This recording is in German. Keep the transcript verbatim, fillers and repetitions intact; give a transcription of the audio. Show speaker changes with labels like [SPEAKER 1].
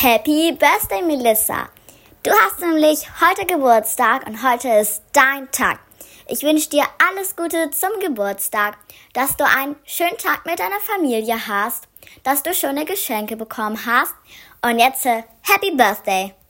[SPEAKER 1] Happy Birthday, Melissa! Du hast nämlich heute Geburtstag und heute ist dein Tag. Ich wünsche dir alles Gute zum Geburtstag, dass du einen schönen Tag mit deiner Familie hast, dass du schöne Geschenke bekommen hast und jetzt äh, Happy Birthday!